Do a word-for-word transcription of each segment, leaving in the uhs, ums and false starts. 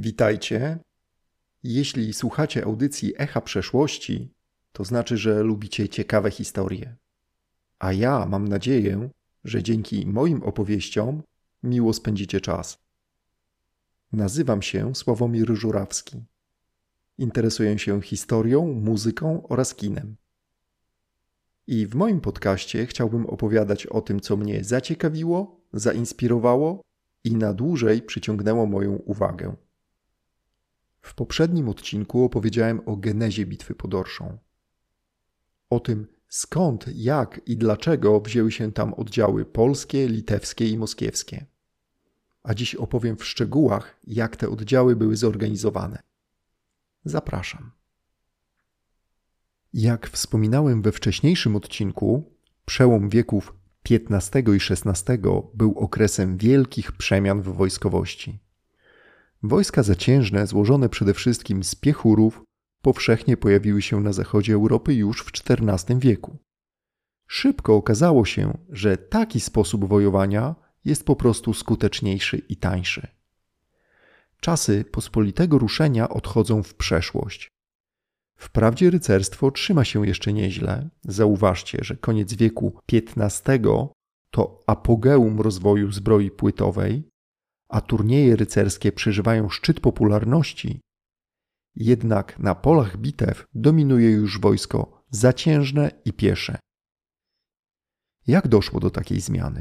Witajcie. Jeśli słuchacie audycji Echa Przeszłości, to znaczy, że lubicie ciekawe historie. A ja mam nadzieję, że dzięki moim opowieściom miło spędzicie czas. Nazywam się Sławomir Żurawski. Interesuję się historią, muzyką oraz kinem. I w moim podcaście chciałbym opowiadać o tym, co mnie zaciekawiło, zainspirowało i na dłużej przyciągnęło moją uwagę. W poprzednim odcinku opowiedziałem o genezie Bitwy pod Orszą. O tym, skąd, jak i dlaczego wzięły się tam oddziały polskie, litewskie i moskiewskie. A dziś opowiem w szczegółach, jak te oddziały były zorganizowane. Zapraszam. Jak wspominałem we wcześniejszym odcinku, przełom wieków piętnastego i szesnastego był okresem wielkich przemian w wojskowości. Wojska zaciężne, złożone przede wszystkim z piechurów, powszechnie pojawiły się na zachodzie Europy już w czternastym wieku. Szybko okazało się, że taki sposób wojowania jest po prostu skuteczniejszy i tańszy. Czasy pospolitego ruszenia odchodzą w przeszłość. Wprawdzie rycerstwo trzyma się jeszcze nieźle. Zauważcie, że koniec wieku piętnastego to apogeum rozwoju zbroi płytowej, a turnieje rycerskie przeżywają szczyt popularności, jednak na polach bitew dominuje już wojsko zaciężne i piesze. Jak doszło do takiej zmiany?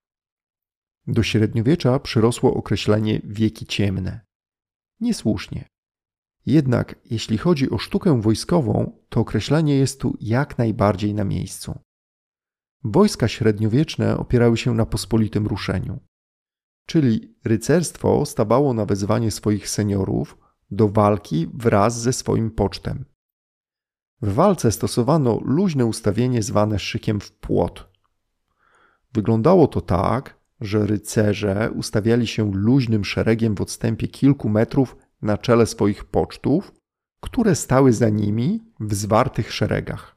Do średniowiecza przyrosło określenie wieki ciemne. Niesłusznie. Jednak jeśli chodzi o sztukę wojskową, to określenie jest tu jak najbardziej na miejscu. Wojska średniowieczne opierały się na pospolitym ruszeniu. Czyli rycerstwo stawało na wezwanie swoich seniorów do walki wraz ze swoim pocztem. W walce stosowano luźne ustawienie zwane szykiem w płot. Wyglądało to tak, że rycerze ustawiali się luźnym szeregiem w odstępie kilku metrów na czele swoich pocztów, które stały za nimi w zwartych szeregach.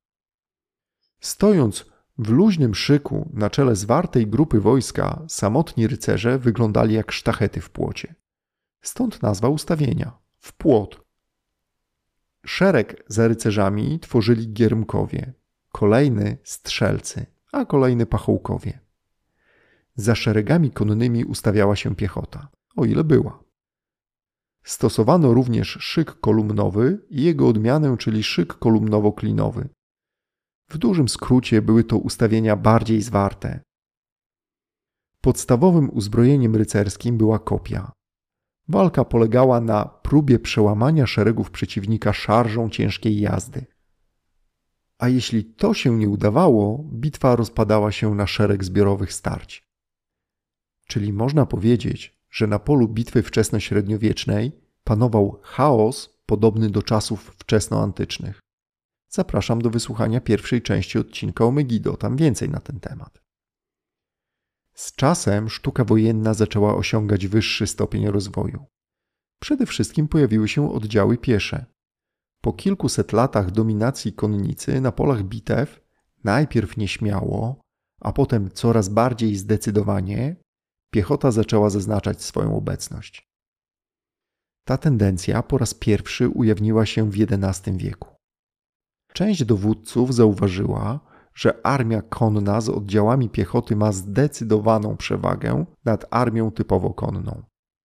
Stojąc w luźnym szyku na czele zwartej grupy wojska samotni rycerze wyglądali jak sztachety w płocie. Stąd nazwa ustawienia – w płot. Szereg za rycerzami tworzyli giermkowie, kolejny strzelcy, a kolejny pachołkowie. Za szeregami konnymi ustawiała się piechota, o ile była. Stosowano również szyk kolumnowy i jego odmianę, czyli szyk kolumnowo-klinowy. W dużym skrócie były to ustawienia bardziej zwarte. Podstawowym uzbrojeniem rycerskim była kopia. Walka polegała na próbie przełamania szeregów przeciwnika szarżą ciężkiej jazdy. A jeśli to się nie udawało, bitwa rozpadała się na szereg zbiorowych starć. Czyli można powiedzieć, że na polu bitwy wczesnośredniowiecznej panował chaos podobny do czasów wczesnoantycznych. Zapraszam do wysłuchania pierwszej części odcinka o Megido, tam więcej na ten temat. Z czasem sztuka wojenna zaczęła osiągać wyższy stopień rozwoju. Przede wszystkim pojawiły się oddziały piesze. Po kilkuset latach dominacji konnicy na polach bitew, najpierw nieśmiało, a potem coraz bardziej zdecydowanie, piechota zaczęła zaznaczać swoją obecność. Ta tendencja po raz pierwszy ujawniła się w jedenastym wieku. Część dowódców zauważyła, że armia konna z oddziałami piechoty ma zdecydowaną przewagę nad armią typowo konną.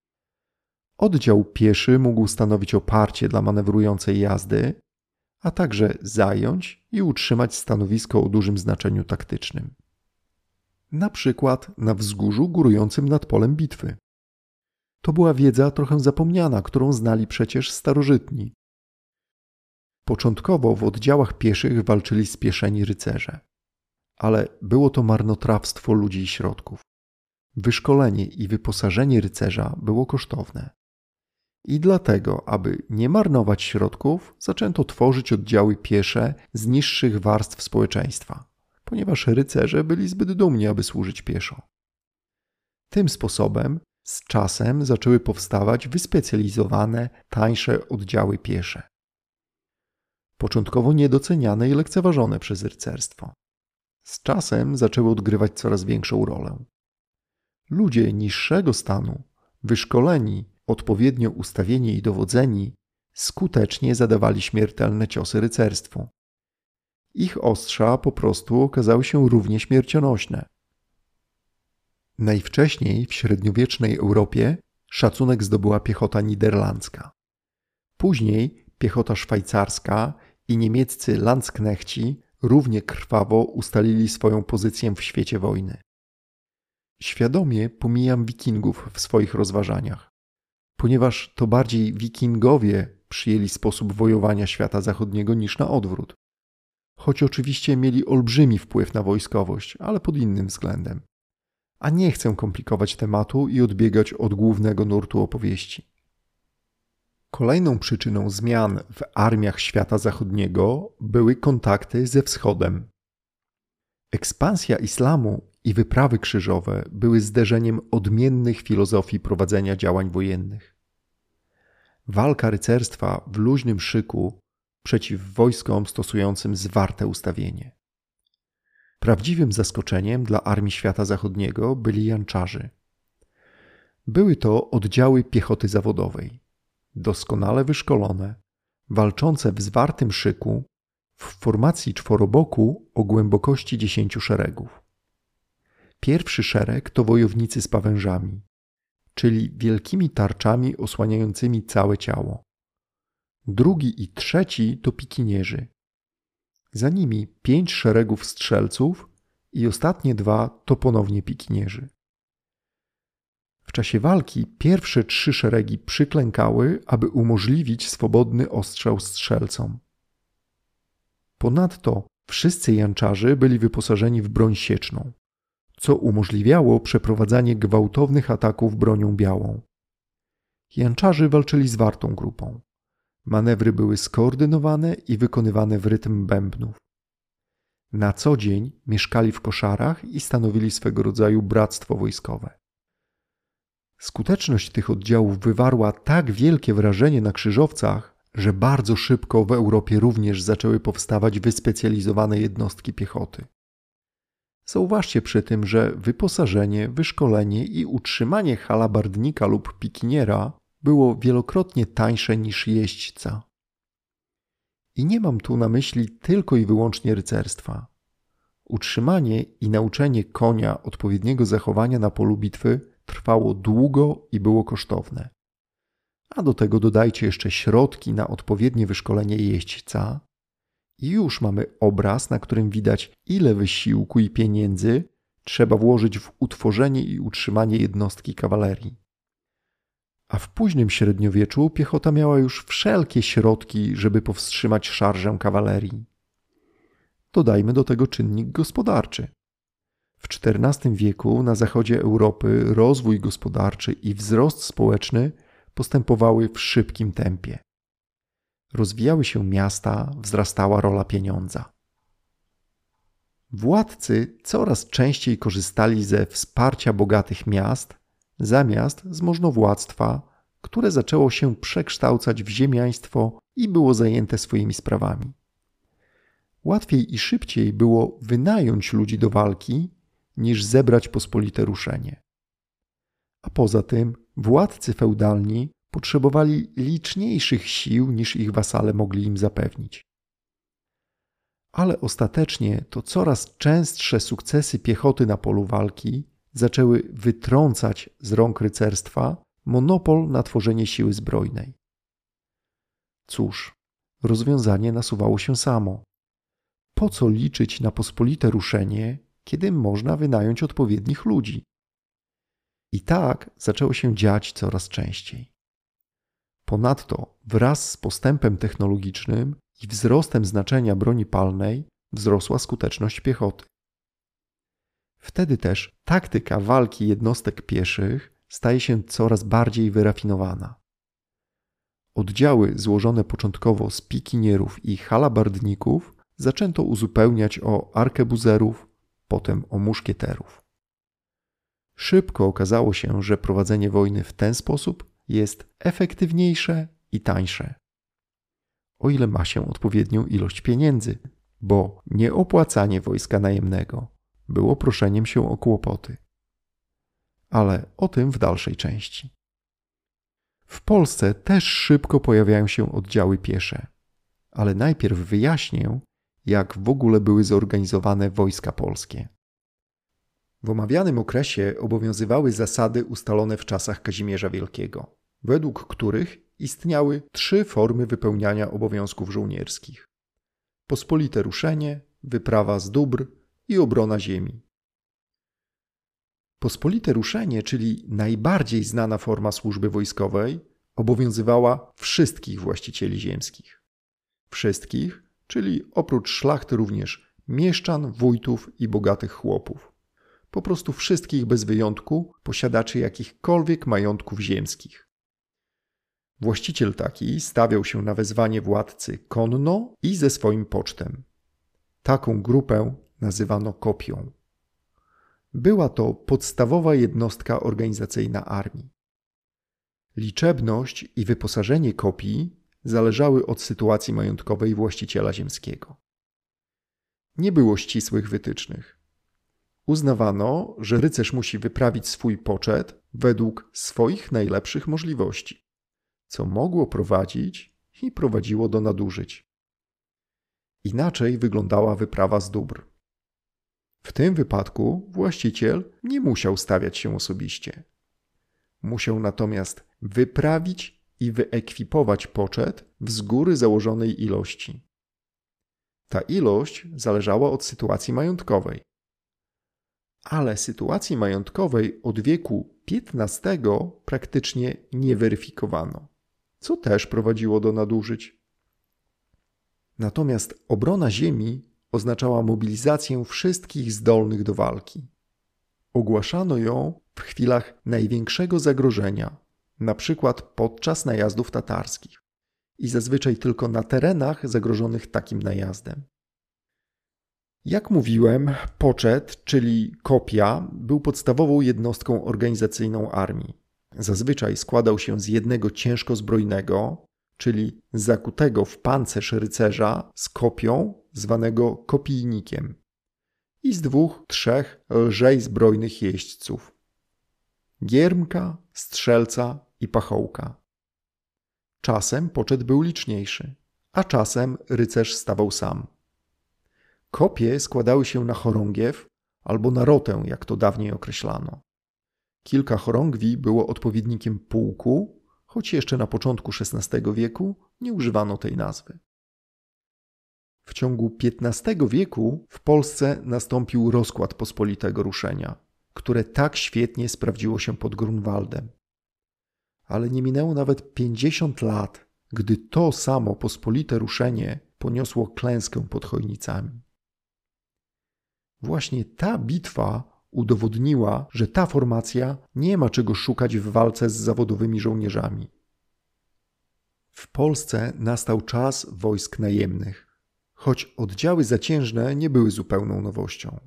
Oddział pieszy mógł stanowić oparcie dla manewrującej jazdy, a także zająć i utrzymać stanowisko o dużym znaczeniu taktycznym. Na przykład na wzgórzu górującym nad polem bitwy. To była wiedza trochę zapomniana, którą znali przecież starożytni. Początkowo w oddziałach pieszych walczyli spieszeni rycerze. Ale było to marnotrawstwo ludzi i środków. Wyszkolenie i wyposażenie rycerza było kosztowne. I dlatego, aby nie marnować środków, zaczęto tworzyć oddziały piesze z niższych warstw społeczeństwa, ponieważ rycerze byli zbyt dumni, aby służyć pieszo. Tym sposobem z czasem zaczęły powstawać wyspecjalizowane, tańsze oddziały piesze. Początkowo niedoceniane i lekceważone przez rycerstwo. Z czasem zaczęły odgrywać coraz większą rolę. Ludzie niższego stanu, wyszkoleni odpowiednio ustawieni i dowodzeni, skutecznie zadawali śmiertelne ciosy rycerstwu. Ich ostrza po prostu okazały się równie śmiercionośne. Najwcześniej w średniowiecznej Europie szacunek zdobyła piechota niderlandzka. Później piechota szwajcarska i niemieccy landsknechci równie krwawo ustalili swoją pozycję w świecie wojny. Świadomie pomijam wikingów w swoich rozważaniach, ponieważ to bardziej wikingowie przyjęli sposób wojowania świata zachodniego niż na odwrót. Choć oczywiście mieli olbrzymi wpływ na wojskowość, ale pod innym względem. A nie chcę komplikować tematu i odbiegać od głównego nurtu opowieści. Kolejną przyczyną zmian w armiach świata zachodniego były kontakty ze wschodem. Ekspansja islamu i wyprawy krzyżowe były zderzeniem odmiennych filozofii prowadzenia działań wojennych. Walka rycerstwa w luźnym szyku przeciw wojskom stosującym zwarte ustawienie. Prawdziwym zaskoczeniem dla armii świata zachodniego byli janczarzy. Były to oddziały piechoty zawodowej, doskonale wyszkolone, walczące w zwartym szyku w formacji czworoboku o głębokości dziesięciu szeregów. Pierwszy szereg to wojownicy z pawężami, czyli wielkimi tarczami osłaniającymi całe ciało. Drugi i trzeci to pikinierzy. Za nimi pięć szeregów strzelców i ostatnie dwa to ponownie pikinierzy. W czasie walki pierwsze trzy szeregi przyklękały, aby umożliwić swobodny ostrzał strzelcom. Ponadto wszyscy janczarzy byli wyposażeni w broń sieczną, co umożliwiało przeprowadzanie gwałtownych ataków bronią białą. Janczarzy walczyli zwartą grupą. Manewry były skoordynowane i wykonywane w rytm bębnów. Na co dzień mieszkali w koszarach i stanowili swego rodzaju bractwo wojskowe. Skuteczność tych oddziałów wywarła tak wielkie wrażenie na krzyżowcach, że bardzo szybko w Europie również zaczęły powstawać wyspecjalizowane jednostki piechoty. Zauważcie przy tym, że wyposażenie, wyszkolenie i utrzymanie halabardnika lub pikiniera było wielokrotnie tańsze niż jeźdźca. I nie mam tu na myśli tylko i wyłącznie rycerstwa. Utrzymanie i nauczenie konia odpowiedniego zachowania na polu bitwy trwało długo i było kosztowne. A do tego dodajcie jeszcze środki na odpowiednie wyszkolenie jeźdźca i już mamy obraz, na którym widać, ile wysiłku i pieniędzy trzeba włożyć w utworzenie i utrzymanie jednostki kawalerii. A w późnym średniowieczu piechota miała już wszelkie środki, żeby powstrzymać szarżę kawalerii. Dodajmy do tego czynnik gospodarczy. W czternastym wieku na zachodzie Europy rozwój gospodarczy i wzrost społeczny postępowały w szybkim tempie. Rozwijały się miasta, wzrastała rola pieniądza. Władcy coraz częściej korzystali ze wsparcia bogatych miast zamiast z możnowładztwa, które zaczęło się przekształcać w ziemiaństwo i było zajęte swoimi sprawami. Łatwiej i szybciej było wynająć ludzi do walki, niż zebrać pospolite ruszenie. A poza tym władcy feudalni potrzebowali liczniejszych sił, niż ich wasale mogli im zapewnić. Ale ostatecznie to coraz częstsze sukcesy piechoty na polu walki zaczęły wytrącać z rąk rycerstwa monopol na tworzenie siły zbrojnej. Cóż, rozwiązanie nasuwało się samo. Po co liczyć na pospolite ruszenie, kiedy można wynająć odpowiednich ludzi? I tak zaczęło się dziać coraz częściej. Ponadto wraz z postępem technologicznym i wzrostem znaczenia broni palnej wzrosła skuteczność piechoty. Wtedy też taktyka walki jednostek pieszych staje się coraz bardziej wyrafinowana. Oddziały złożone początkowo z pikinierów i halabardników zaczęto uzupełniać o arkebuzerów, potem o muszkieterów. Szybko okazało się, że prowadzenie wojny w ten sposób jest efektywniejsze i tańsze. O ile ma się odpowiednią ilość pieniędzy, bo nieopłacanie wojska najemnego było proszeniem się o kłopoty. Ale o tym w dalszej części. W Polsce też szybko pojawiają się oddziały piesze, ale najpierw wyjaśnię, jak w ogóle były zorganizowane wojska polskie. W omawianym okresie obowiązywały zasady ustalone w czasach Kazimierza Wielkiego, według których istniały trzy formy wypełniania obowiązków żołnierskich: pospolite ruszenie, wyprawa z dóbr i obrona ziemi. Pospolite ruszenie, czyli najbardziej znana forma służby wojskowej, obowiązywała wszystkich właścicieli ziemskich. Wszystkich, czyli oprócz szlachty również mieszczan, wójtów i bogatych chłopów. Po prostu wszystkich bez wyjątku posiadaczy jakichkolwiek majątków ziemskich. Właściciel taki stawiał się na wezwanie władcy konno i ze swoim pocztem. Taką grupę nazywano kopią. Była to podstawowa jednostka organizacyjna armii. Liczebność i wyposażenie kopii zależały od sytuacji majątkowej właściciela ziemskiego. Nie było ścisłych wytycznych. Uznawano, że rycerz musi wyprawić swój poczet według swoich najlepszych możliwości, co mogło prowadzić i prowadziło do nadużyć. Inaczej wyglądała wyprawa z dóbr. W tym wypadku właściciel nie musiał stawiać się osobiście. Musiał natomiast wyprawić i wyekwipować poczet w z góry założonej ilości. Ta ilość zależała od sytuacji majątkowej. Ale sytuacji majątkowej od wieku piętnastego praktycznie nie weryfikowano, co też prowadziło do nadużyć. Natomiast obrona ziemi oznaczała mobilizację wszystkich zdolnych do walki. Ogłaszano ją w chwilach największego zagrożenia, na przykład podczas najazdów tatarskich i zazwyczaj tylko na terenach zagrożonych takim najazdem. Jak mówiłem, poczet, czyli kopia, był podstawową jednostką organizacyjną armii. Zazwyczaj składał się z jednego ciężko zbrojnego, czyli zakutego w pancerz rycerza z kopią, zwanego kopijnikiem, i z dwóch, trzech lżej zbrojnych jeźdźców: giermka, strzelca i pachołka. Czasem poczet był liczniejszy, a czasem rycerz stawał sam. Kopie składały się na chorągiew albo na rotę, jak to dawniej określano. Kilka chorągwi było odpowiednikiem pułku, choć jeszcze na początku szesnastego wieku nie używano tej nazwy. W ciągu piętnastego wieku w Polsce nastąpił rozkład pospolitego ruszenia, które tak świetnie sprawdziło się pod Grunwaldem. Ale nie minęło nawet pięćdziesiąt lat, gdy to samo pospolite ruszenie poniosło klęskę pod Chojnicami. Właśnie ta bitwa udowodniła, że ta formacja nie ma czego szukać w walce z zawodowymi żołnierzami. W Polsce nastał czas wojsk najemnych, choć oddziały zaciężne nie były zupełną nowością.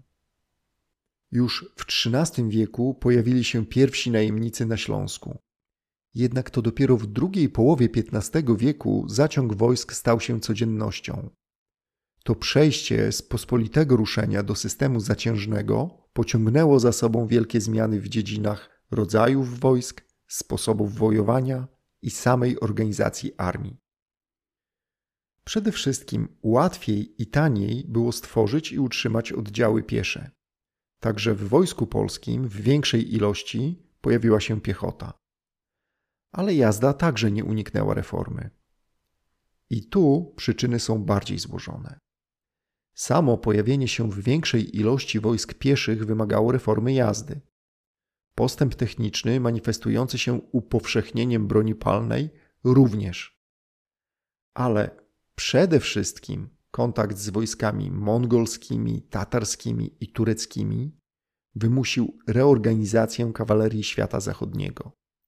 Już w trzynastym wieku pojawili się pierwsi najemnicy na Śląsku. Jednak to dopiero w drugiej połowie piętnastego wieku zaciąg wojsk stał się codziennością. To przejście z pospolitego ruszenia do systemu zaciężnego pociągnęło za sobą wielkie zmiany w dziedzinach rodzajów wojsk, sposobów wojowania i samej organizacji armii. Przede wszystkim łatwiej i taniej było stworzyć i utrzymać oddziały piesze. Także w wojsku polskim w większej ilości pojawiła się piechota. Ale jazda także nie uniknęła reformy. I tu przyczyny są bardziej złożone. Samo pojawienie się w większej ilości wojsk pieszych wymagało reformy jazdy. Postęp techniczny manifestujący się upowszechnieniem broni palnej również. Ale przede wszystkim kontakt z wojskami mongolskimi, tatarskimi i tureckimi wymusił reorganizację kawalerii świata zachodniego.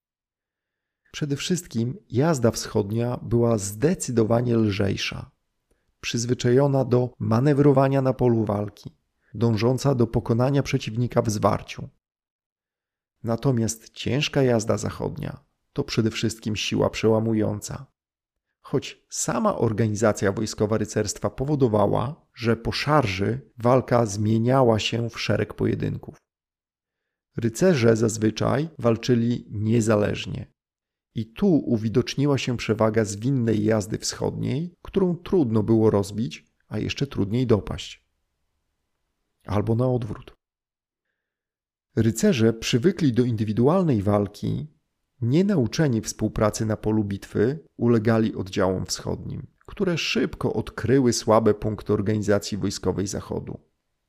Przede wszystkim jazda wschodnia była zdecydowanie lżejsza, przyzwyczajona do manewrowania na polu walki, dążąca do pokonania przeciwnika w zwarciu. Natomiast ciężka jazda zachodnia to przede wszystkim siła przełamująca. Choć sama organizacja wojskowa rycerstwa powodowała, że po szarży walka zmieniała się w szereg pojedynków. Rycerze zazwyczaj walczyli niezależnie. I tu uwidoczniła się przewaga zwinnej jazdy wschodniej, którą trudno było rozbić, a jeszcze trudniej dopaść. Albo na odwrót. Rycerze przywykli do indywidualnej walki, nie nauczeni współpracy na polu bitwy, ulegali oddziałom wschodnim, które szybko odkryły słabe punkty organizacji wojskowej Zachodu.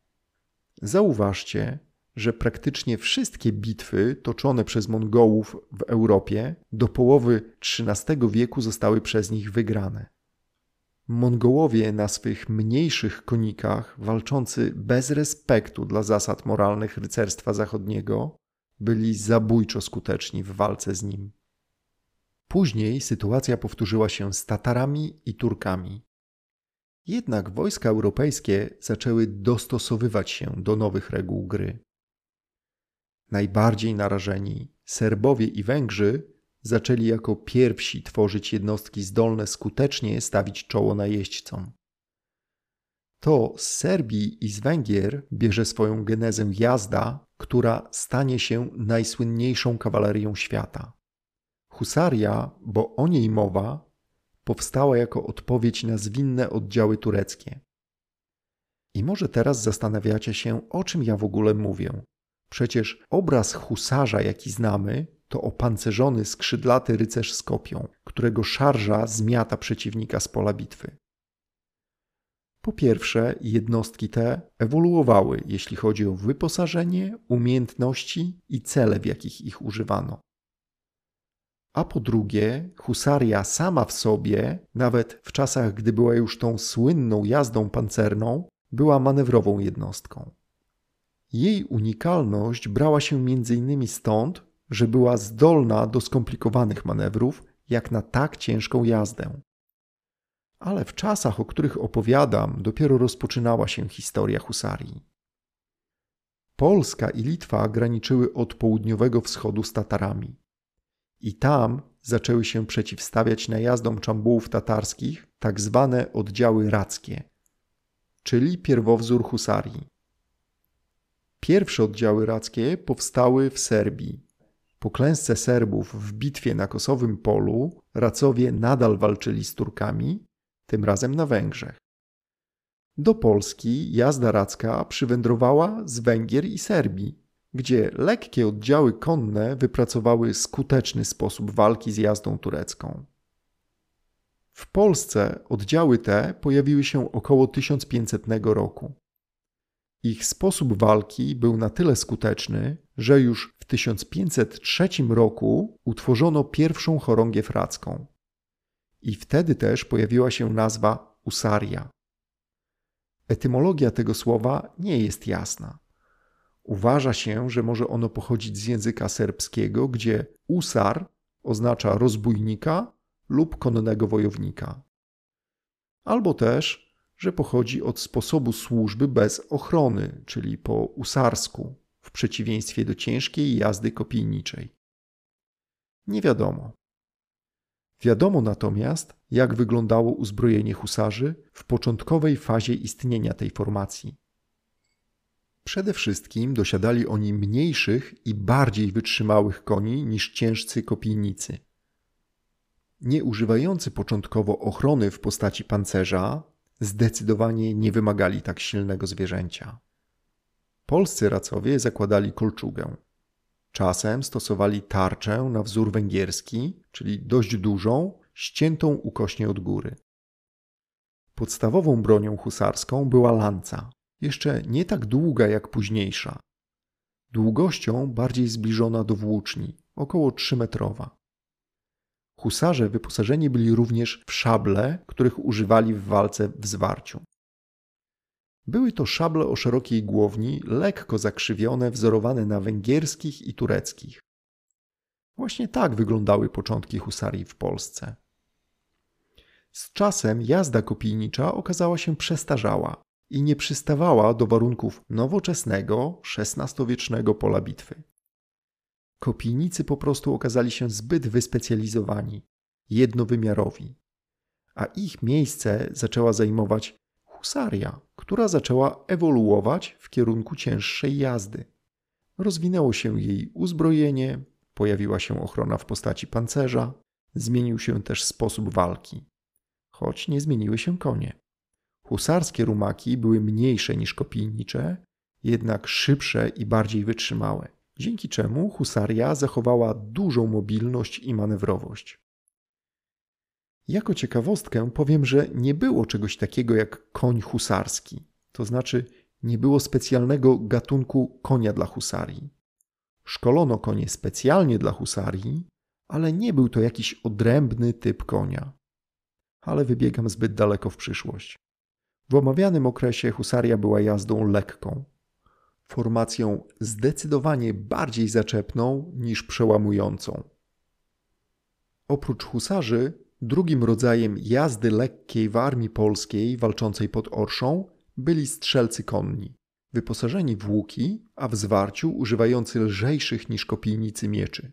Zauważcie, że praktycznie wszystkie bitwy toczone przez Mongołów w Europie do połowy trzynastego wieku zostały przez nich wygrane. Mongołowie na swych mniejszych konikach, walczący bez respektu dla zasad moralnych rycerstwa zachodniego, byli zabójczo skuteczni w walce z nim. Później sytuacja powtórzyła się z Tatarami i Turkami. Jednak wojska europejskie zaczęły dostosowywać się do nowych reguł gry. Najbardziej narażeni Serbowie i Węgrzy zaczęli jako pierwsi tworzyć jednostki zdolne skutecznie stawić czoło najeźdźcom. To z Serbii i z Węgier bierze swoją genezę jazda, która stanie się najsłynniejszą kawalerią świata. Husaria, bo o niej mowa, powstała jako odpowiedź na zwinne oddziały tureckie. I może teraz zastanawiacie się, o czym ja w ogóle mówię. Przecież obraz husarza, jaki znamy, to opancerzony, skrzydlaty rycerz z kopią, którego szarża zmiata przeciwnika z pola bitwy. Po pierwsze, jednostki te ewoluowały, jeśli chodzi o wyposażenie, umiejętności i cele, w jakich ich używano. A po drugie, husaria sama w sobie, nawet w czasach, gdy była już tą słynną jazdą pancerną, była manewrową jednostką. Jej unikalność brała się między innymi stąd, że była zdolna do skomplikowanych manewrów, jak na tak ciężką jazdę. Ale w czasach, o których opowiadam, dopiero rozpoczynała się historia husarii. Polska i Litwa graniczyły od południowego wschodu z Tatarami. I tam zaczęły się przeciwstawiać najazdom Czambułów tatarskich tak zwane oddziały rackie, czyli pierwowzór husarii. Pierwsze oddziały rackie powstały w Serbii. Po klęsce Serbów w bitwie na Kosowym Polu Racowie nadal walczyli z Turkami, tym razem na Węgrzech. Do Polski jazda racka przywędrowała z Węgier i Serbii, gdzie lekkie oddziały konne wypracowały skuteczny sposób walki z jazdą turecką. W Polsce oddziały te pojawiły się około tysiąc pięćsetnego roku. Ich sposób walki był na tyle skuteczny, że już w tysiąc pięćset trzecim roku utworzono pierwszą chorągiew racką. I wtedy też pojawiła się nazwa usaria. Etymologia tego słowa nie jest jasna. Uważa się, że może ono pochodzić z języka serbskiego, gdzie usar oznacza rozbójnika lub konnego wojownika. Albo też, że pochodzi od sposobu służby bez ochrony, czyli po usarsku, w przeciwieństwie do ciężkiej jazdy kopijniczej. Nie wiadomo. Wiadomo natomiast, jak wyglądało uzbrojenie husarzy w początkowej fazie istnienia tej formacji. Przede wszystkim dosiadali oni mniejszych i bardziej wytrzymałych koni niż ciężcy kopijnicy. Nie używający początkowo ochrony w postaci pancerza, zdecydowanie nie wymagali tak silnego zwierzęcia. Polscy racowie zakładali kolczugę. Czasem stosowali tarczę na wzór węgierski, czyli dość dużą, ściętą ukośnie od góry. Podstawową bronią husarską była lanca, jeszcze nie tak długa jak późniejsza. Długością bardziej zbliżona do włóczni, około trzymetrowa. Husarze wyposażeni byli również w szable, których używali w walce w zwarciu. Były to szable o szerokiej głowni, lekko zakrzywione, wzorowane na węgierskich i tureckich. Właśnie tak wyglądały początki husarii w Polsce. Z czasem jazda kopijnicza okazała się przestarzała i nie przystawała do warunków nowoczesnego, szesnastowiecznego pola bitwy. Kopijnicy po prostu okazali się zbyt wyspecjalizowani, jednowymiarowi, a ich miejsce zaczęła zajmować husaria, która zaczęła ewoluować w kierunku cięższej jazdy. Rozwinęło się jej uzbrojenie, Pojawiła się ochrona w postaci pancerza, zmienił się też sposób walki. Choć nie zmieniły się konie. Husarskie rumaki były mniejsze niż kopijnicze, jednak szybsze i bardziej wytrzymałe, dzięki czemu husaria zachowała dużą mobilność i manewrowość. Jako ciekawostkę powiem, że nie było czegoś takiego jak koń husarski, to znaczy nie było specjalnego gatunku konia dla husarii. Szkolono konie specjalnie dla husarii, ale nie był to jakiś odrębny typ konia. Ale wybiegam zbyt daleko w przyszłość. W omawianym okresie husaria była jazdą lekką, formacją zdecydowanie bardziej zaczepną niż przełamującą. Oprócz husarzy, drugim rodzajem jazdy lekkiej w armii polskiej walczącej pod Orszą byli strzelcy konni, wyposażeni w łuki, a w zwarciu używający lżejszych niż kopijnicy mieczy.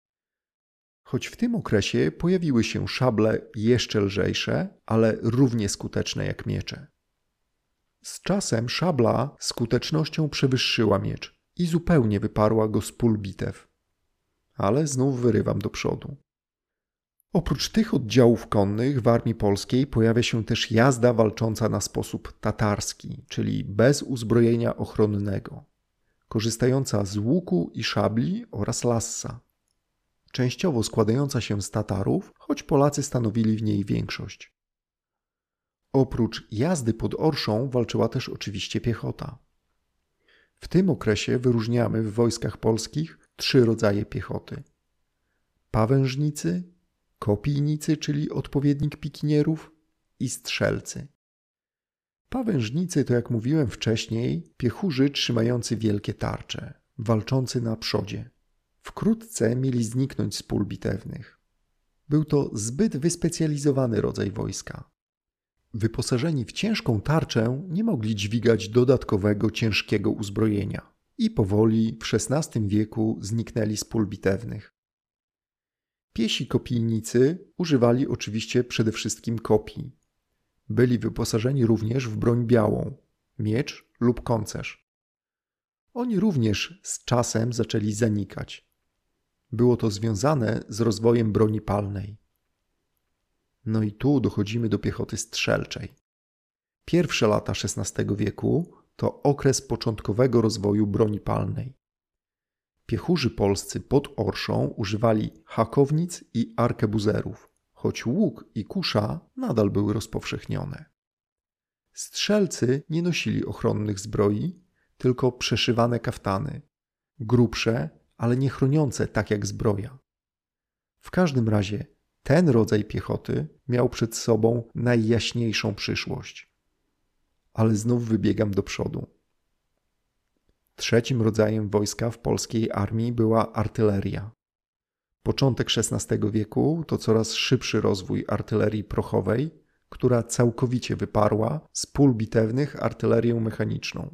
Choć w tym okresie pojawiły się szable jeszcze lżejsze, ale równie skuteczne jak miecze. Z czasem szabla skutecznością przewyższyła miecz i zupełnie wyparła go z pól bitew. Ale znów wyrywam do przodu. Oprócz tych oddziałów konnych w armii polskiej pojawia się też jazda walcząca na sposób tatarski, czyli bez uzbrojenia ochronnego, korzystająca z łuku i szabli oraz lassa. Częściowo składająca się z Tatarów, choć Polacy stanowili w niej większość. Oprócz jazdy pod Orszą walczyła też oczywiście piechota. W tym okresie wyróżniamy w wojskach polskich trzy rodzaje piechoty. Pawężnicy, kopijnicy, czyli odpowiednik pikinierów, i strzelcy. Pawężnicy to, jak mówiłem wcześniej, piechurzy trzymający wielkie tarcze, walczący na przodzie. Wkrótce mieli zniknąć z pól bitewnych. Był to zbyt wyspecjalizowany rodzaj wojska. Wyposażeni w ciężką tarczę nie mogli dźwigać dodatkowego ciężkiego uzbrojenia i powoli w szesnastym wieku zniknęli z pól bitewnych. Piesi kopijnicy używali oczywiście przede wszystkim kopii. Byli wyposażeni również w broń białą, miecz lub koncerz. Oni również z czasem zaczęli zanikać. Było to związane z rozwojem broni palnej. No i tu dochodzimy do piechoty strzelczej. Pierwsze lata szesnastego wieku to okres początkowego rozwoju broni palnej. Piechurzy polscy pod Orszą używali hakownic i arkebuzerów, choć łuk i kusza nadal były rozpowszechnione. Strzelcy nie nosili ochronnych zbroi, tylko przeszywane kaftany, grubsze, ale nie chroniące tak jak zbroja. W każdym razie ten rodzaj piechoty miał przed sobą najjaśniejszą przyszłość. Ale znów wybiegam do przodu. Trzecim rodzajem wojska w polskiej armii była artyleria. Początek szesnastego wieku to coraz szybszy rozwój artylerii prochowej, która całkowicie wyparła z pól bitewnych artylerię mechaniczną.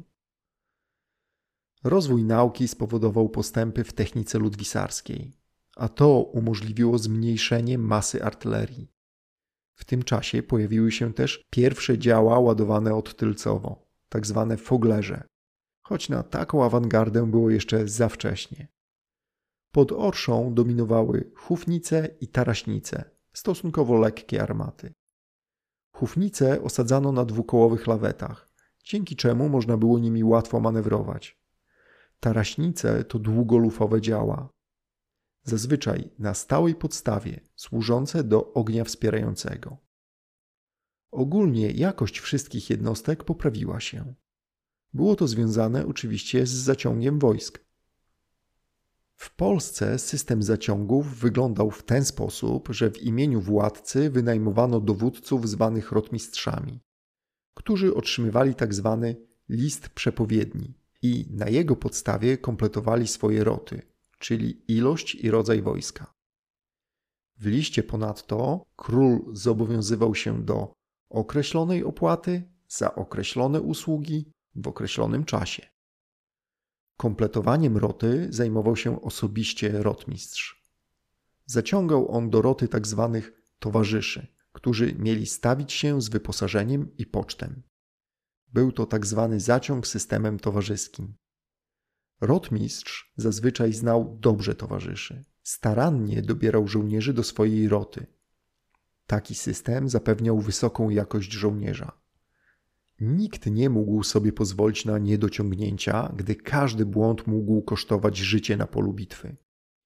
Rozwój nauki spowodował postępy w technice ludwisarskiej, a to umożliwiło zmniejszenie masy artylerii. W tym czasie pojawiły się też pierwsze działa ładowane odtylcowo, tak zwane foglerze, choć na taką awangardę było jeszcze za wcześnie. Pod Orszą dominowały hufnice i taraśnice, stosunkowo lekkie armaty. Hufnice osadzano na dwukołowych lawetach, dzięki czemu można było nimi łatwo manewrować. Taraśnice to długolufowe działa, zazwyczaj na stałej podstawie, służące do ognia wspierającego. Ogólnie jakość wszystkich jednostek poprawiła się. Było to związane oczywiście z zaciągiem wojsk. W Polsce system zaciągów wyglądał w ten sposób, że w imieniu władcy wynajmowano dowódców zwanych rotmistrzami, którzy otrzymywali tzw. list przepowiedni i na jego podstawie kompletowali swoje roty, czyli ilość i rodzaj wojska. W liście ponadto król zobowiązywał się do określonej opłaty za określone usługi w określonym czasie. Kompletowaniem roty zajmował się osobiście rotmistrz. Zaciągał on do roty tzw. towarzyszy, którzy mieli stawić się z wyposażeniem i pocztem. Był to tzw. zaciąg systemem towarzyskim. Rotmistrz zazwyczaj znał dobrze towarzyszy, starannie dobierał żołnierzy do swojej roty. Taki system zapewniał wysoką jakość żołnierza. Nikt nie mógł sobie pozwolić na niedociągnięcia, gdy każdy błąd mógł kosztować życie na polu bitwy.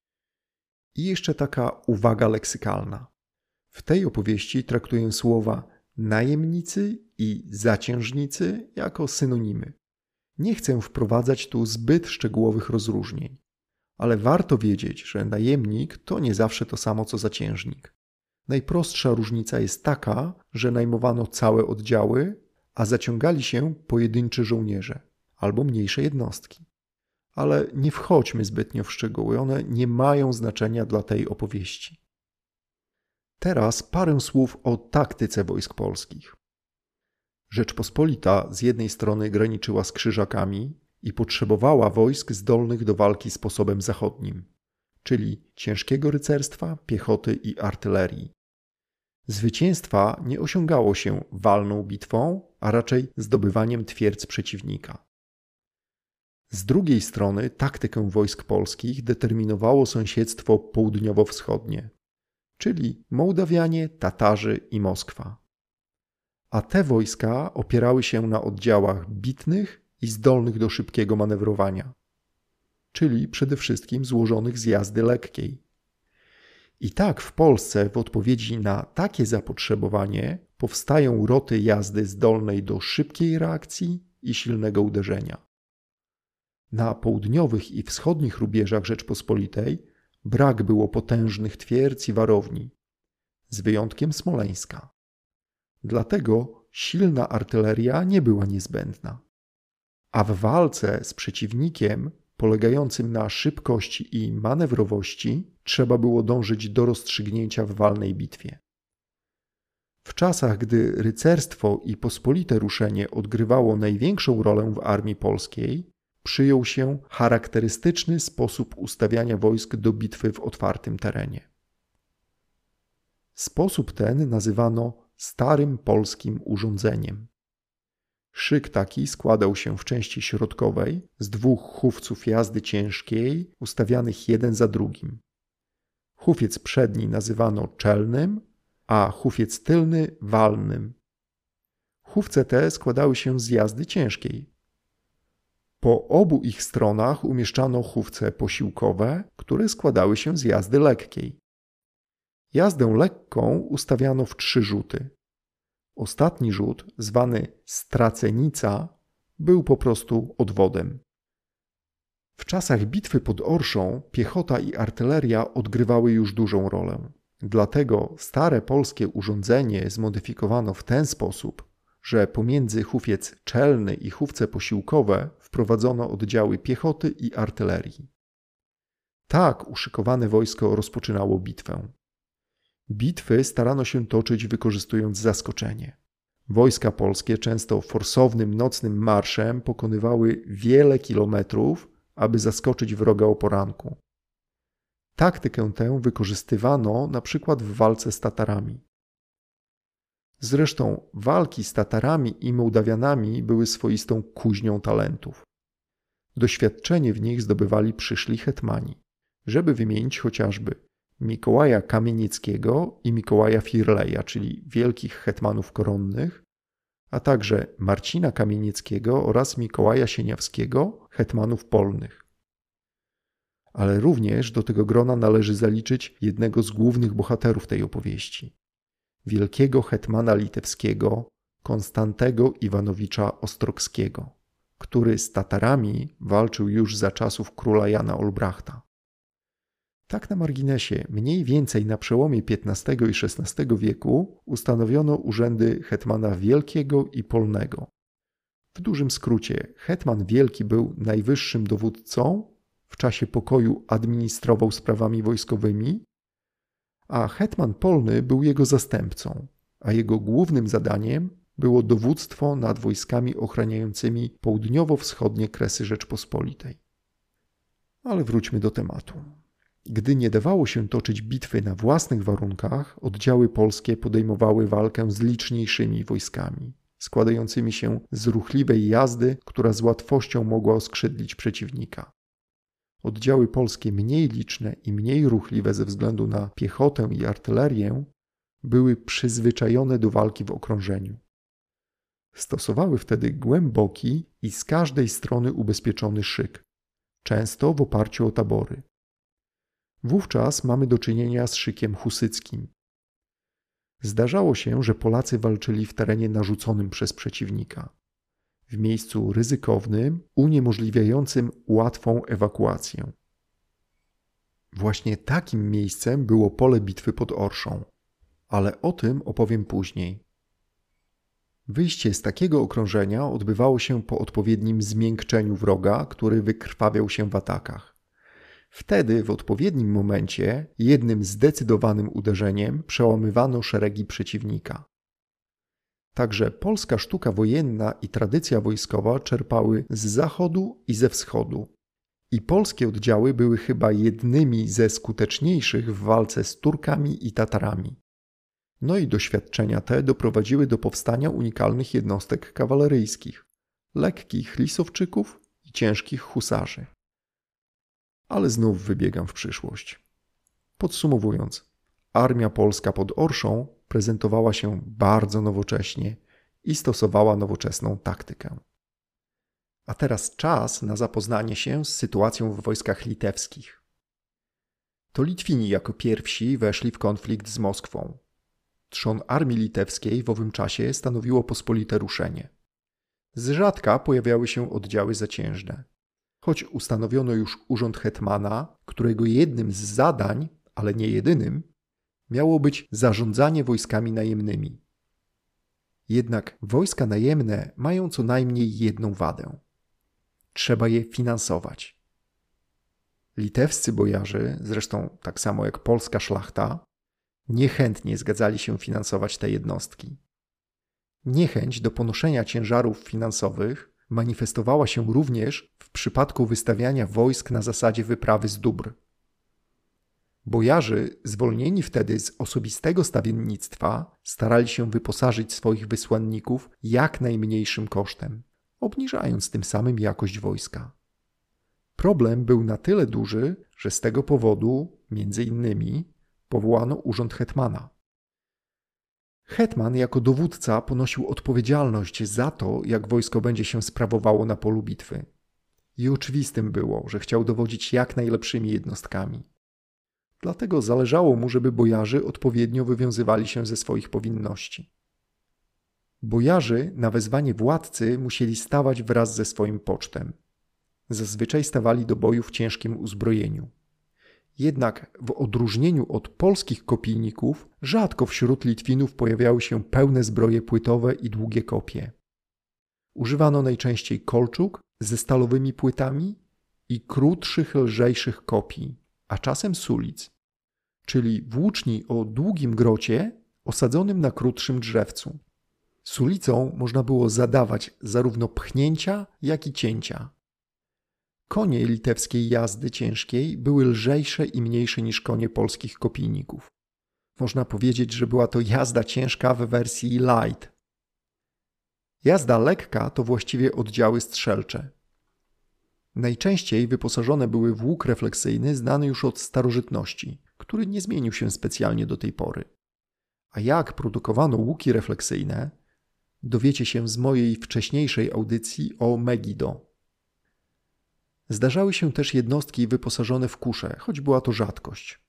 I jeszcze taka uwaga leksykalna. W tej opowieści traktuję słowa najemnicy i zaciężnicy jako synonimy. Nie chcę wprowadzać tu zbyt szczegółowych rozróżnień, ale warto wiedzieć, że najemnik to nie zawsze to samo co zaciężnik. Najprostsza różnica jest taka, że najmowano całe oddziały, a zaciągali się pojedynczy żołnierze albo mniejsze jednostki. Ale nie wchodźmy zbytnio w szczegóły, one nie mają znaczenia dla tej opowieści. Teraz parę słów o taktyce wojsk polskich. Rzeczpospolita z jednej strony graniczyła z Krzyżakami i potrzebowała wojsk zdolnych do walki sposobem zachodnim, czyli ciężkiego rycerstwa, piechoty i artylerii. Zwycięstwa nie osiągało się walną bitwą, a raczej zdobywaniem twierdz przeciwnika. Z drugiej strony taktykę wojsk polskich determinowało sąsiedztwo południowo-wschodnie, czyli Mołdawianie, Tatarzy i Moskwa. A te wojska opierały się na oddziałach bitnych i zdolnych do szybkiego manewrowania, czyli przede wszystkim złożonych z jazdy lekkiej. I tak w Polsce w odpowiedzi na takie zapotrzebowanie powstają roty jazdy zdolnej do szybkiej reakcji i silnego uderzenia. Na południowych i wschodnich rubieżach Rzeczpospolitej brak było potężnych twierdz i warowni, z wyjątkiem Smoleńska. Dlatego silna artyleria nie była niezbędna. A w walce z przeciwnikiem polegającym na szybkości i manewrowości trzeba było dążyć do rozstrzygnięcia w walnej bitwie. W czasach, gdy rycerstwo i pospolite ruszenie odgrywało największą rolę w armii polskiej, przyjął się charakterystyczny sposób ustawiania wojsk do bitwy w otwartym terenie. Sposób ten nazywano starym polskim urządzeniem. Szyk taki składał się w części środkowej z dwóch chówców jazdy ciężkiej ustawianych jeden za drugim. Chówiec przedni nazywano czelnym, a chówiec tylny walnym. Chówce te składały się z jazdy ciężkiej. Po obu ich stronach umieszczano chówce posiłkowe, które składały się z jazdy lekkiej. Jazdę lekką ustawiano w trzy rzuty. Ostatni rzut, zwany stracenica, był po prostu odwodem. W czasach bitwy pod Orszą piechota i artyleria odgrywały już dużą rolę. Dlatego stare polskie urządzenie zmodyfikowano w ten sposób, że pomiędzy chówiec czelny i chówce posiłkowe wprowadzono oddziały piechoty i artylerii. Tak uszykowane wojsko rozpoczynało bitwę. Bitwy starano się toczyć wykorzystując zaskoczenie. Wojska polskie często forsownym nocnym marszem pokonywały wiele kilometrów, aby zaskoczyć wroga o poranku. Taktykę tę wykorzystywano na przykład w walce z Tatarami. Zresztą walki z Tatarami i Mołdawianami były swoistą kuźnią talentów. Doświadczenie w nich zdobywali przyszli hetmani, żeby wymienić chociażby Mikołaja Kamienickiego i Mikołaja Firleja, czyli wielkich hetmanów koronnych, a także Marcina Kamienickiego oraz Mikołaja Sieniawskiego, hetmanów polnych. Ale również do tego grona należy zaliczyć jednego z głównych bohaterów tej opowieści, wielkiego hetmana litewskiego Konstantego Iwanowicza Ostrogskiego, który z Tatarami walczył już za czasów króla Jana Olbrachta. Tak na marginesie, mniej więcej na przełomie piętnastego i szesnastego wieku ustanowiono urzędy hetmana wielkiego i polnego. W dużym skrócie, hetman wielki był najwyższym dowódcą, w czasie pokoju administrował sprawami wojskowymi, a hetman polny był jego zastępcą, a jego głównym zadaniem było dowództwo nad wojskami ochraniającymi południowo-wschodnie kresy Rzeczpospolitej. Ale wróćmy do tematu. Gdy nie dawało się toczyć bitwy na własnych warunkach, oddziały polskie podejmowały walkę z liczniejszymi wojskami, składającymi się z ruchliwej jazdy, która z łatwością mogła oskrzydlić przeciwnika. Oddziały polskie mniej liczne i mniej ruchliwe ze względu na piechotę i artylerię były przyzwyczajone do walki w okrążeniu. Stosowały wtedy głęboki i z każdej strony ubezpieczony szyk, często w oparciu o tabory. Wówczas mamy do czynienia z szykiem husyckim. Zdarzało się, że Polacy walczyli w terenie narzuconym przez przeciwnika, w miejscu ryzykownym, uniemożliwiającym łatwą ewakuację. Właśnie takim miejscem było pole bitwy pod Orszą, ale o tym opowiem później. Wyjście z takiego okrążenia odbywało się po odpowiednim zmiękczeniu wroga, który wykrwawiał się w atakach. Wtedy w odpowiednim momencie jednym zdecydowanym uderzeniem przełamywano szeregi przeciwnika. Także polska sztuka wojenna i tradycja wojskowa czerpały z zachodu i ze wschodu. I polskie oddziały były chyba jednymi ze skuteczniejszych w walce z Turkami i Tatarami. No i doświadczenia te doprowadziły do powstania unikalnych jednostek kawaleryjskich, lekkich lisowczyków i ciężkich husarzy. Ale znów wybiegam w przyszłość. Podsumowując, armia polska pod Orszą prezentowała się bardzo nowocześnie i stosowała nowoczesną taktykę. A teraz czas na zapoznanie się z sytuacją w wojskach litewskich. To Litwini jako pierwsi weszli w konflikt z Moskwą. Trzon armii litewskiej w owym czasie stanowiło pospolite ruszenie. Z rzadka pojawiały się oddziały zaciężne. Choć ustanowiono już urząd hetmana, którego jednym z zadań, ale nie jedynym, miało być zarządzanie wojskami najemnymi. Jednak wojska najemne mają co najmniej jedną wadę. Trzeba je finansować. Litewscy bojarzy, zresztą tak samo jak polska szlachta, niechętnie zgadzali się finansować te jednostki. Niechęć do ponoszenia ciężarów finansowych manifestowała się również w przypadku wystawiania wojsk na zasadzie wyprawy z dóbr. Bojarzy, zwolnieni wtedy z osobistego stawiennictwa, starali się wyposażyć swoich wysłanników jak najmniejszym kosztem, obniżając tym samym jakość wojska. Problem był na tyle duży, że z tego powodu, między innymi, powołano urząd hetmana. Hetman jako dowódca ponosił odpowiedzialność za to, jak wojsko będzie się sprawowało na polu bitwy. I oczywistym było, że chciał dowodzić jak najlepszymi jednostkami. Dlatego zależało mu, żeby bojarzy odpowiednio wywiązywali się ze swoich powinności. Bojarzy na wezwanie władcy musieli stawać wraz ze swoim pocztem. Zazwyczaj stawali do boju w ciężkim uzbrojeniu. Jednak w odróżnieniu od polskich kopijników rzadko wśród Litwinów pojawiały się pełne zbroje płytowe i długie kopie. Używano najczęściej kolczuk ze stalowymi płytami i krótszych, lżejszych kopii, a czasem sulic, czyli włóczni o długim grocie osadzonym na krótszym drzewcu. Sulicą można było zadawać zarówno pchnięcia, jak i cięcia. Konie litewskiej jazdy ciężkiej były lżejsze i mniejsze niż konie polskich kopijników. Można powiedzieć, że była to jazda ciężka w wersji light. Jazda lekka to właściwie oddziały strzelcze. Najczęściej wyposażone były w łuk refleksyjny znany już od starożytności, który nie zmienił się specjalnie do tej pory. A jak produkowano łuki refleksyjne, dowiecie się z mojej wcześniejszej audycji o Megiddo. Zdarzały się też jednostki wyposażone w kusze, choć była to rzadkość.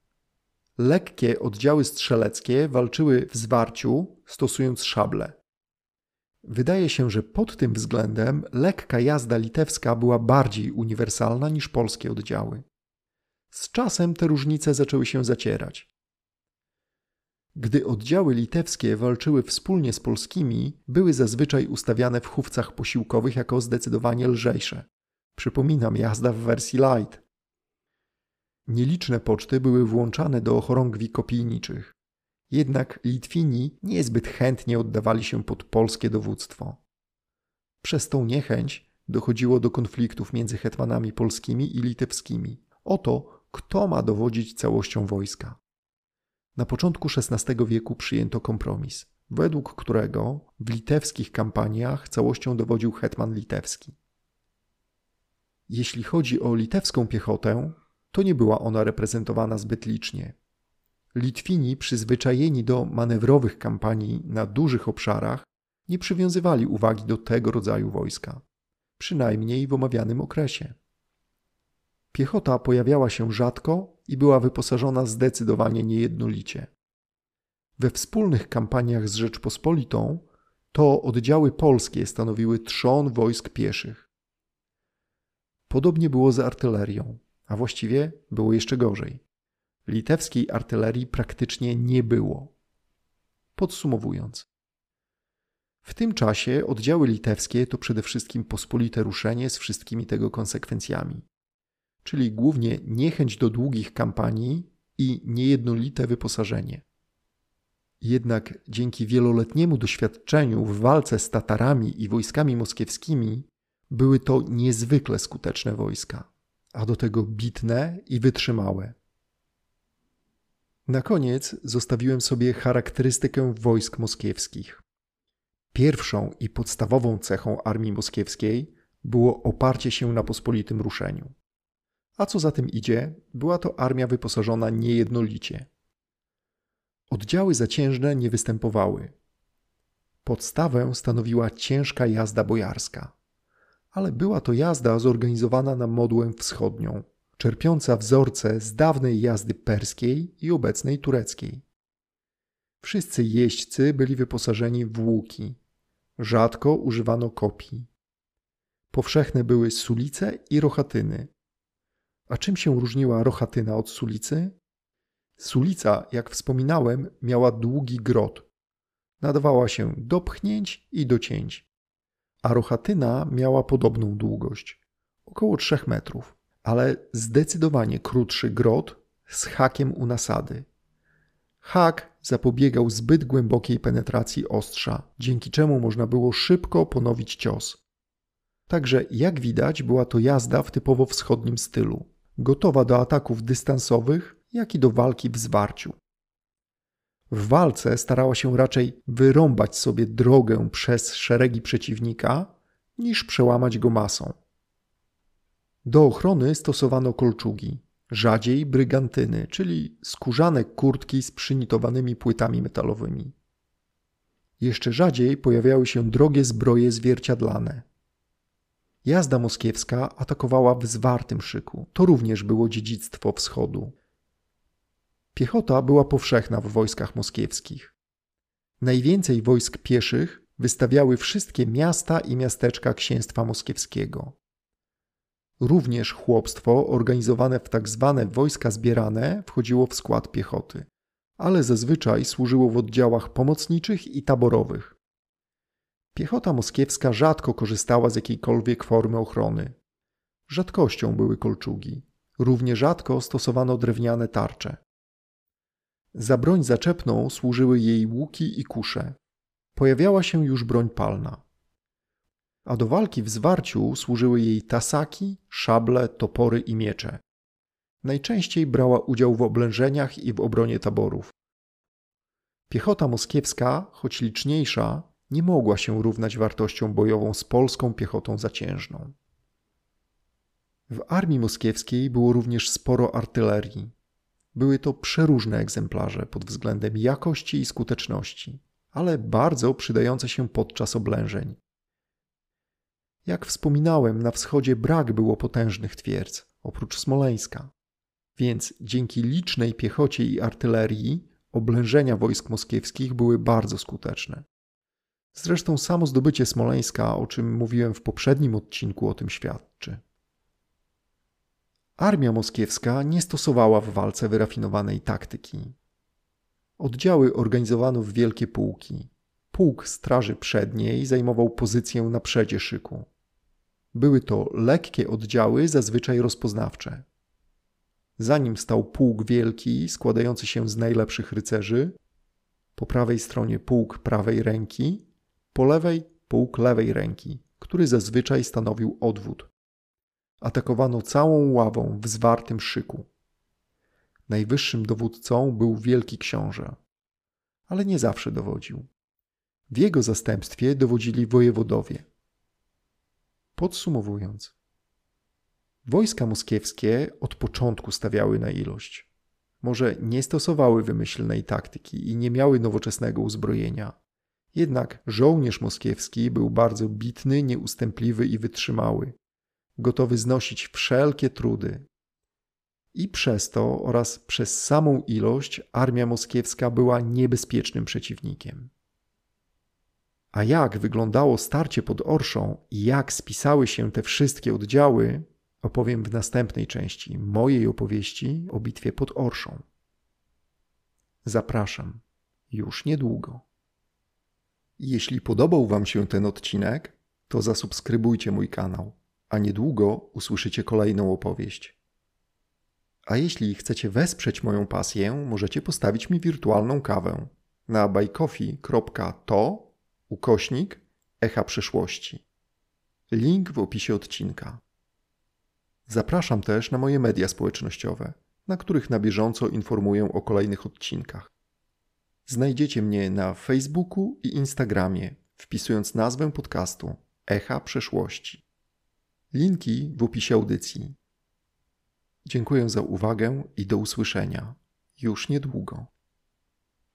Lekkie oddziały strzeleckie walczyły w zwarciu, stosując szable. Wydaje się, że pod tym względem lekka jazda litewska była bardziej uniwersalna niż polskie oddziały. Z czasem te różnice zaczęły się zacierać. Gdy oddziały litewskie walczyły wspólnie z polskimi, były zazwyczaj ustawiane w chówcach posiłkowych jako zdecydowanie lżejsze. Przypominam, jazda w wersji light. Nieliczne poczty były włączane do chorągwi kopijniczych. Jednak Litwini niezbyt chętnie oddawali się pod polskie dowództwo. Przez tą niechęć dochodziło do konfliktów między hetmanami polskimi i litewskimi o to, kto ma dowodzić całością wojska. Na początku szesnastego wieku przyjęto kompromis, według którego w litewskich kampaniach całością dowodził hetman litewski. Jeśli chodzi o litewską piechotę, to nie była ona reprezentowana zbyt licznie. Litwini, przyzwyczajeni do manewrowych kampanii na dużych obszarach, nie przywiązywali uwagi do tego rodzaju wojska, przynajmniej w omawianym okresie. Piechota pojawiała się rzadko i była wyposażona zdecydowanie niejednolicie. We wspólnych kampaniach z Rzeczpospolitą to oddziały polskie stanowiły trzon wojsk pieszych. Podobnie było z artylerią, a właściwie było jeszcze gorzej. Litewskiej artylerii praktycznie nie było. Podsumowując, w tym czasie oddziały litewskie to przede wszystkim pospolite ruszenie z wszystkimi tego konsekwencjami, czyli głównie niechęć do długich kampanii i niejednolite wyposażenie. Jednak dzięki wieloletniemu doświadczeniu w walce z Tatarami i wojskami moskiewskimi były to niezwykle skuteczne wojska, a do tego bitne i wytrzymałe. Na koniec zostawiłem sobie charakterystykę wojsk moskiewskich. Pierwszą i podstawową cechą armii moskiewskiej było oparcie się na pospolitym ruszeniu. A co za tym idzie, była to armia wyposażona niejednolicie. Oddziały zaciężne nie występowały. Podstawę stanowiła ciężka jazda bojarska, ale była to jazda zorganizowana na modłę wschodnią, czerpiąca wzorce z dawnej jazdy perskiej i obecnej tureckiej. Wszyscy jeźdźcy byli wyposażeni w łuki. Rzadko używano kopii. Powszechne były sulice i rochatyny. A czym się różniła rochatyna od sulicy? Sulica, jak wspominałem, miała długi grot. Nadawała się do pchnięć i do cięć. A rochatyna miała podobną długość, około trzech metrów, ale zdecydowanie krótszy grot z hakiem u nasady. Hak zapobiegał zbyt głębokiej penetracji ostrza, dzięki czemu można było szybko ponowić cios. Także jak widać, była to jazda w typowo wschodnim stylu, gotowa do ataków dystansowych, jak i do walki w zwarciu. W walce starała się raczej wyrąbać sobie drogę przez szeregi przeciwnika, niż przełamać go masą. Do ochrony stosowano kolczugi, rzadziej brygantyny, czyli skórzane kurtki z przynitowanymi płytami metalowymi. Jeszcze rzadziej pojawiały się drogie zbroje zwierciadlane. Jazda moskiewska atakowała w zwartym szyku. To również było dziedzictwo wschodu. Piechota była powszechna w wojskach moskiewskich. Najwięcej wojsk pieszych wystawiały wszystkie miasta i miasteczka księstwa moskiewskiego. Również chłopstwo organizowane w tak zwane wojska zbierane wchodziło w skład piechoty, ale zazwyczaj służyło w oddziałach pomocniczych i taborowych. Piechota moskiewska rzadko korzystała z jakiejkolwiek formy ochrony. Rzadkością były kolczugi. Równie rzadko stosowano drewniane tarcze. Za broń zaczepną służyły jej łuki i kusze. Pojawiała się już broń palna. A do walki w zwarciu służyły jej tasaki, szable, topory i miecze. Najczęściej brała udział w oblężeniach i w obronie taborów. Piechota moskiewska, choć liczniejsza, nie mogła się równać wartością bojową z polską piechotą zaciężną. W armii moskiewskiej było również sporo artylerii. Były to przeróżne egzemplarze pod względem jakości i skuteczności, ale bardzo przydające się podczas oblężeń. Jak wspominałem, na wschodzie brak było potężnych twierdz, oprócz Smoleńska. Więc dzięki licznej piechocie i artylerii oblężenia wojsk moskiewskich były bardzo skuteczne. Zresztą samo zdobycie Smoleńska, o czym mówiłem w poprzednim odcinku, o tym świadczy. Armia moskiewska nie stosowała w walce wyrafinowanej taktyki. Oddziały organizowano w wielkie pułki. Pułk straży przedniej zajmował pozycję na przedzie szyku. Były to lekkie oddziały, zazwyczaj rozpoznawcze. Za nim stał pułk wielki, składający się z najlepszych rycerzy. Po prawej stronie pułk prawej ręki, po lewej pułk lewej ręki, który zazwyczaj stanowił odwód. Atakowano całą ławą w zwartym szyku. Najwyższym dowódcą był wielki książę, ale nie zawsze dowodził. W jego zastępstwie dowodzili wojewodowie. Podsumowując, Wojska moskiewskie od początku stawiały na ilość. Może nie stosowały wymyślnej taktyki i nie miały nowoczesnego uzbrojenia. Jednak żołnierz moskiewski był bardzo bitny, nieustępliwy i wytrzymały, gotowy znosić wszelkie trudy. I przez to oraz przez samą ilość armia moskiewska była niebezpiecznym przeciwnikiem. A jak wyglądało starcie pod Orszą i jak spisały się te wszystkie oddziały, opowiem w następnej części mojej opowieści o bitwie pod Orszą. Zapraszam już niedługo. Jeśli podobał Wam się ten odcinek, to zasubskrybujcie mój kanał, a niedługo usłyszycie kolejną opowieść. A jeśli chcecie wesprzeć moją pasję, możecie postawić mi wirtualną kawę na buycoffee kropka to ukośnik Echa Przyszłości. Link w opisie odcinka. Zapraszam też na moje media społecznościowe, na których na bieżąco informuję o kolejnych odcinkach. Znajdziecie mnie na Facebooku i Instagramie, wpisując nazwę podcastu Echa Przeszłości. Linki w opisie audycji. Dziękuję za uwagę i do usłyszenia już niedługo.